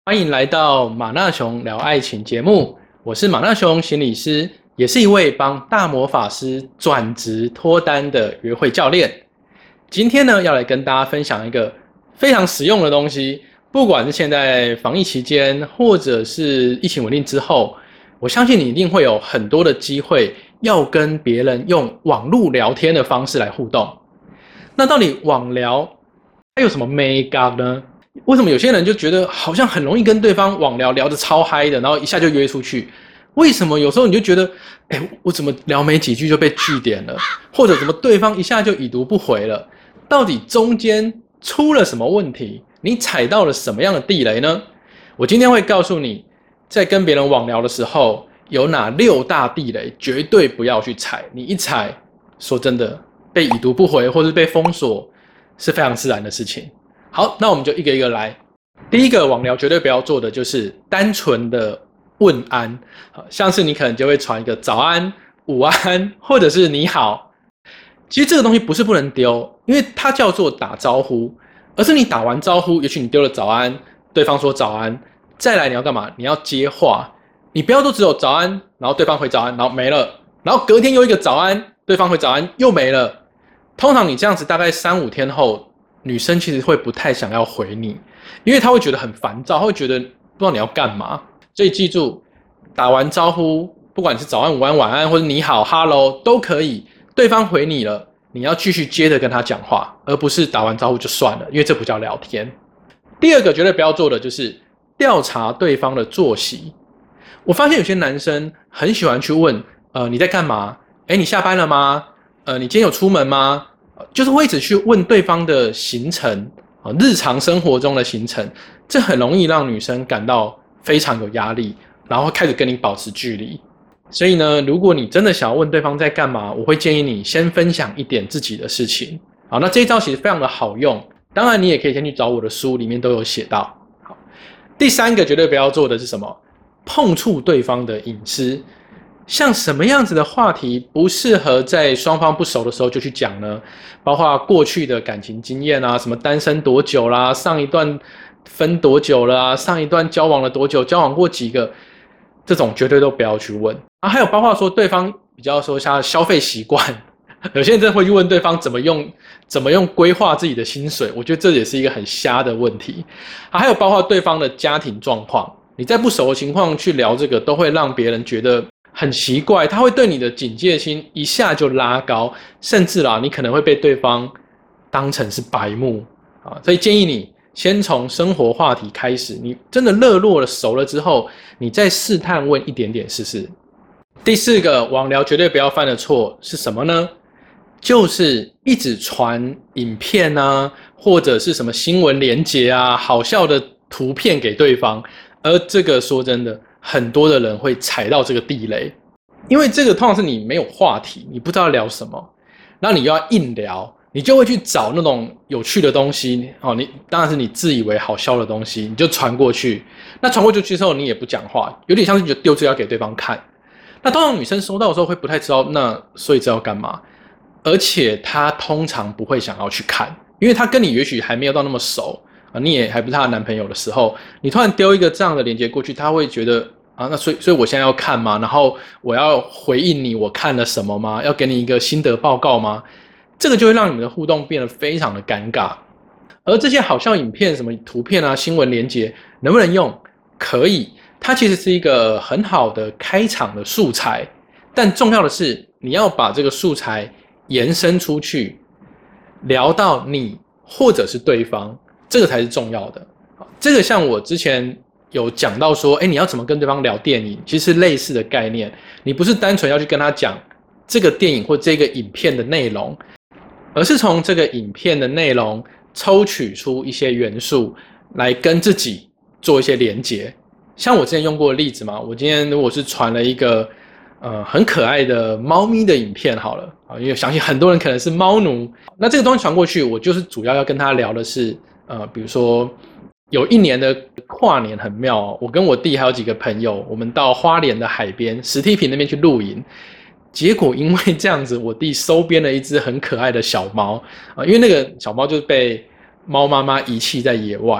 欢迎来到马纳熊聊爱情节目，我是马纳熊心理师，也是一位帮大魔法师转职脱单的约会教练。今天呢，要来跟大家分享一个非常实用的东西，不管是现在防疫期间，或者是疫情稳定之后，我相信你一定会有很多的机会要跟别人用网络聊天的方式来互动。那到底网聊它有什么 make-up 呢？为什么有些人就觉得好像很容易跟对方网聊，聊得超嗨的，然后一下就约出去？为什么有时候你就觉得，我怎么聊没几句就被句点了，或者怎么对方一下就已读不回了？到底中间出了什么问题？你踩到了什么样的地雷呢？我今天会告诉你，在跟别人网聊的时候，有哪6大地雷，绝对不要去踩。你一踩，说真的，被已读不回或是被封锁，是非常自然的事情。好，那我们就一个一个来。第一个网聊绝对不要做的就是单纯的问安，像是你可能就会传一个早安、午安，或者是你好。其实这个东西不是不能丢，因为它叫做打招呼，而是你打完招呼，也许你丢了早安，对方说早安，再来你要干嘛？你要接话，你不要都只有早安，然后对方回早安，然后没了，然后隔天又一个早安，对方回早安又没了。通常你这样子大概3-5天后，女生其实会不太想要回你，因为她会觉得很烦躁，她会觉得不知道你要干嘛。所以记住，打完招呼，不管是早安、午安、晚安，或者你好、hello 都可以，对方回你了，你要继续接着跟他讲话，而不是打完招呼就算了，因为这不叫聊天。第二个绝对不要做的就是调查对方的作息。我发现有些男生很喜欢去问，你在干嘛？你下班了吗？你今天有出门吗？就是会一直去问对方的行程，日常生活中的行程，这很容易让女生感到非常有压力，然后开始跟你保持距离。所以呢，如果你真的想要问对方在干嘛，我会建议你先分享一点自己的事情。好，那这一招其实非常的好用，当然你也可以先去找我的书，里面都有写到。好，第三个绝对不要做的是什么？碰触对方的隐私。像什么样子的话题不适合在双方不熟的时候就去讲呢？包括过去的感情经验啊，什么单身多久啦，上一段分多久了啊，上一段交往了多久，交往过几个，这种绝对都不要去问啊。还有包括说对方比较说像消费习惯，有些人真的会去问对方怎么用规划自己的薪水，我觉得这也是一个很瞎的问题啊。还有包括对方的家庭状况，你在不熟的情况去聊这个，都会让别人觉得很奇怪，他会对你的警戒心一下就拉高，甚至啦，你可能会被对方当成是白目啊。所以建议你先从生活话题开始，你真的热络了熟了之后，你再试探问一点点试试。第四个网聊绝对不要犯的错是什么呢？就是一直传影片啊，或者是什么新闻连结啊，好笑的图片给对方，而这个说真的，很多的人会踩到这个地雷，因为这个通常是你没有话题，你不知道聊什么，然后你又要硬聊，你就会去找那种有趣的东西，你当然是你自以为好笑的东西，你就传过去。那传过去之后，你也不讲话，有点像是你就丢资料给对方看。那通常女生收到的时候会不太知道，那所以这要干嘛？而且她通常不会想要去看，因为她跟你也许还没有到那么熟啊，你也还不是她的男朋友的时候，你突然丢一个这样的连结过去，她会觉得啊，那所以我现在要看吗？然后我要回应你我看了什么吗？要给你一个心得报告吗？这个就会让你们的互动变得非常的尴尬。而这些好笑影片、什么图片啊、新闻连结能不能用？可以，它其实是一个很好的开场的素材，但重要的是你要把这个素材延伸出去，聊到你或者是对方，这个才是重要的。这个像我之前有讲到说，你要怎么跟对方聊电影，其实类似的概念，你不是单纯要去跟他讲这个电影或这个影片的内容，而是从这个影片的内容抽取出一些元素来跟自己做一些连结。像我之前用过的例子嘛，我今天如果是传了一个很可爱的猫咪的影片好了啊，因为相信很多人可能是猫奴，那这个东西传过去，我就是主要要跟他聊的是比如说有一年的跨年很妙哦，我跟我弟还有几个朋友，我们到花莲的海边石梯坪那边去露营，结果因为这样子，我弟收编了一只很可爱的小猫因为那个小猫就是被猫妈妈遗弃在野外，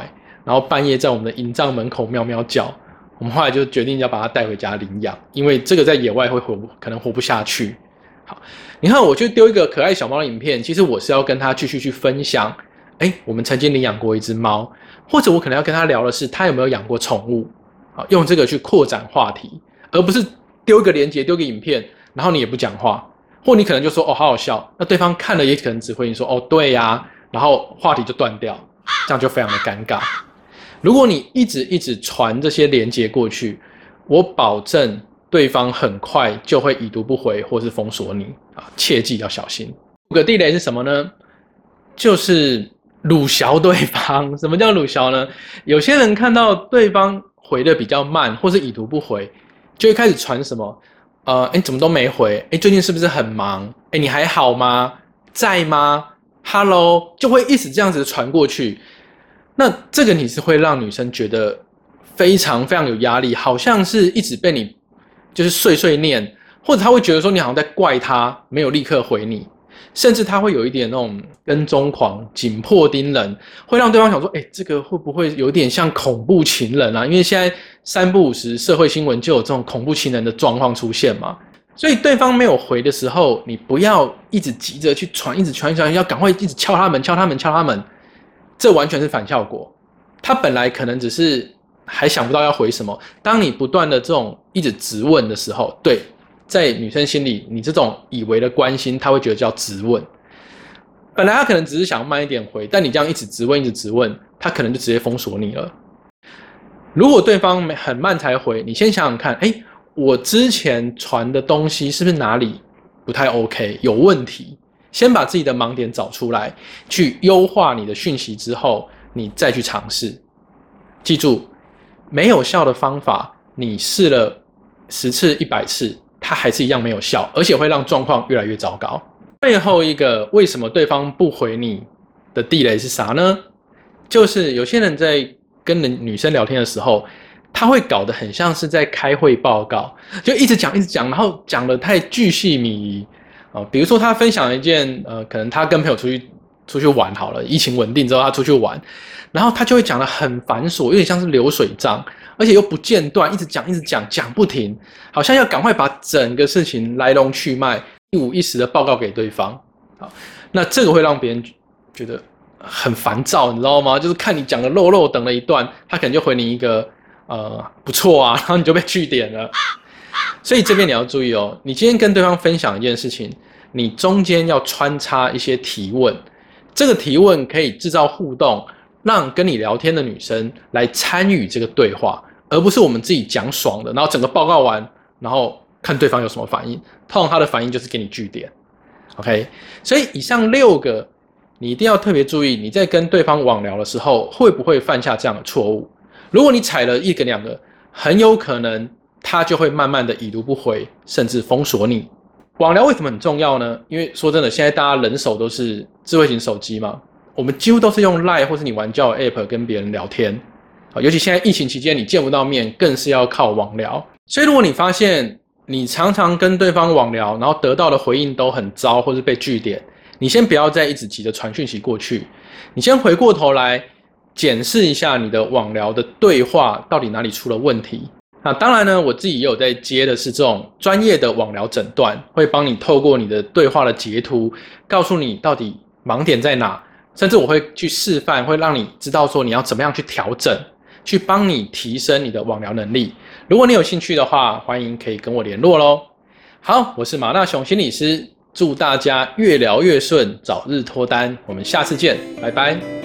然后半夜在我们的营帐门口喵喵叫。我们后来就决定要把它带回家领养，因为这个在野外可能活不下去。好，你看我就丢一个可爱小猫的影片，其实我是要跟他继续去分享，我们曾经领养过一只猫，或者我可能要跟他聊的是他有没有养过宠物，好，用这个去扩展话题，而不是丢一个连结，丢一个影片，然后你也不讲话，或你可能就说哦好好笑，那对方看了也可能只会说哦对呀，然后话题就断掉，这样就非常的尴尬。如果你一直传这些连结过去，我保证对方很快就会已读不回或是封锁你啊，切记要小心。5个地雷是什么呢？就是鲁小对方。什么叫鲁小呢？有些人看到对方回的比较慢，或是已读不回，就会开始传什么怎么都没回？最近是不是很忙？你还好吗？在吗 ？Hello， 就会一直这样子传过去。那这个你是会让女生觉得非常非常有压力，好像是一直被你就是碎碎念，或者她会觉得说你好像在怪她没有立刻回你，甚至她会有一点那种跟踪狂、紧迫盯人，会让对方想说，这个会不会有点像恐怖情人啊？因为现在3不5时社会新闻就有这种恐怖情人的状况出现嘛。所以对方没有回的时候，你不要一直急着去传，一直传，要赶快一直敲他们。这完全是反效果，他本来可能只是还想不到要回什么。当你不断的这种一直质问的时候，对，在女生心里，你这种以为的关心，她会觉得叫质问。本来她可能只是想慢一点回，但你这样一直质问，她可能就直接封锁你了。如果对方很慢才回，你先想想看，我之前传的东西是不是哪里不太 OK， 有问题？先把自己的盲点找出来，去优化你的讯息之后，你再去尝试。记住，没有效的方法，你试了10次、100次，它还是一样没有效，而且会让状况越来越糟糕。最后一个，为什么对方不回你的地雷是啥呢？就是有些人在跟女生聊天的时候，他会搞得很像是在开会报告，就一直讲，然后讲得太巨细靡遗。比如说他分享一件可能他跟朋友出去玩好了，疫情稳定之后他出去玩，然后他就会讲得很繁琐，有点像是流水账，而且又不间断，一直讲不停，好像要赶快把整个事情来龙去脉一五一十的报告给对方。好，那这个会让别人觉得很烦躁，你知道吗？就是看你讲的漏等了一段，他可能就回你一个不错啊，然后你就被句点了。所以这边你要注意哦，你今天跟对方分享一件事情，你中间要穿插一些提问，这个提问可以制造互动，让跟你聊天的女生来参与这个对话，而不是我们自己讲爽的，然后整个报告完，然后看对方有什么反应，通常他的反应就是给你句点。OK， 所以以上6个你一定要特别注意，你在跟对方网聊的时候会不会犯下这样的错误。如果你踩了1个2个，很有可能他就会慢慢的已读不回，甚至封锁你。网聊为什么很重要呢？因为说真的，现在大家人手都是智慧型手机嘛，我们几乎都是用 LINE 或是你玩交友 App 跟别人聊天，尤其现在疫情期间你见不到面，更是要靠网聊。所以如果你发现你常常跟对方网聊，然后得到的回应都很糟，或是被句点，你先不要再一直急着传讯息过去，你先回过头来检视一下你的网聊的对话到底哪里出了问题。那当然呢，我自己也有在接的是这种专业的网聊诊断，会帮你透过你的对话的截图，告诉你到底盲点在哪，甚至我会去示范，会让你知道说你要怎么样去调整，去帮你提升你的网聊能力。如果你有兴趣的话，欢迎可以跟我联络咯。好，我是马大雄心理师，祝大家越聊越顺，早日脱单。我们下次见，拜拜。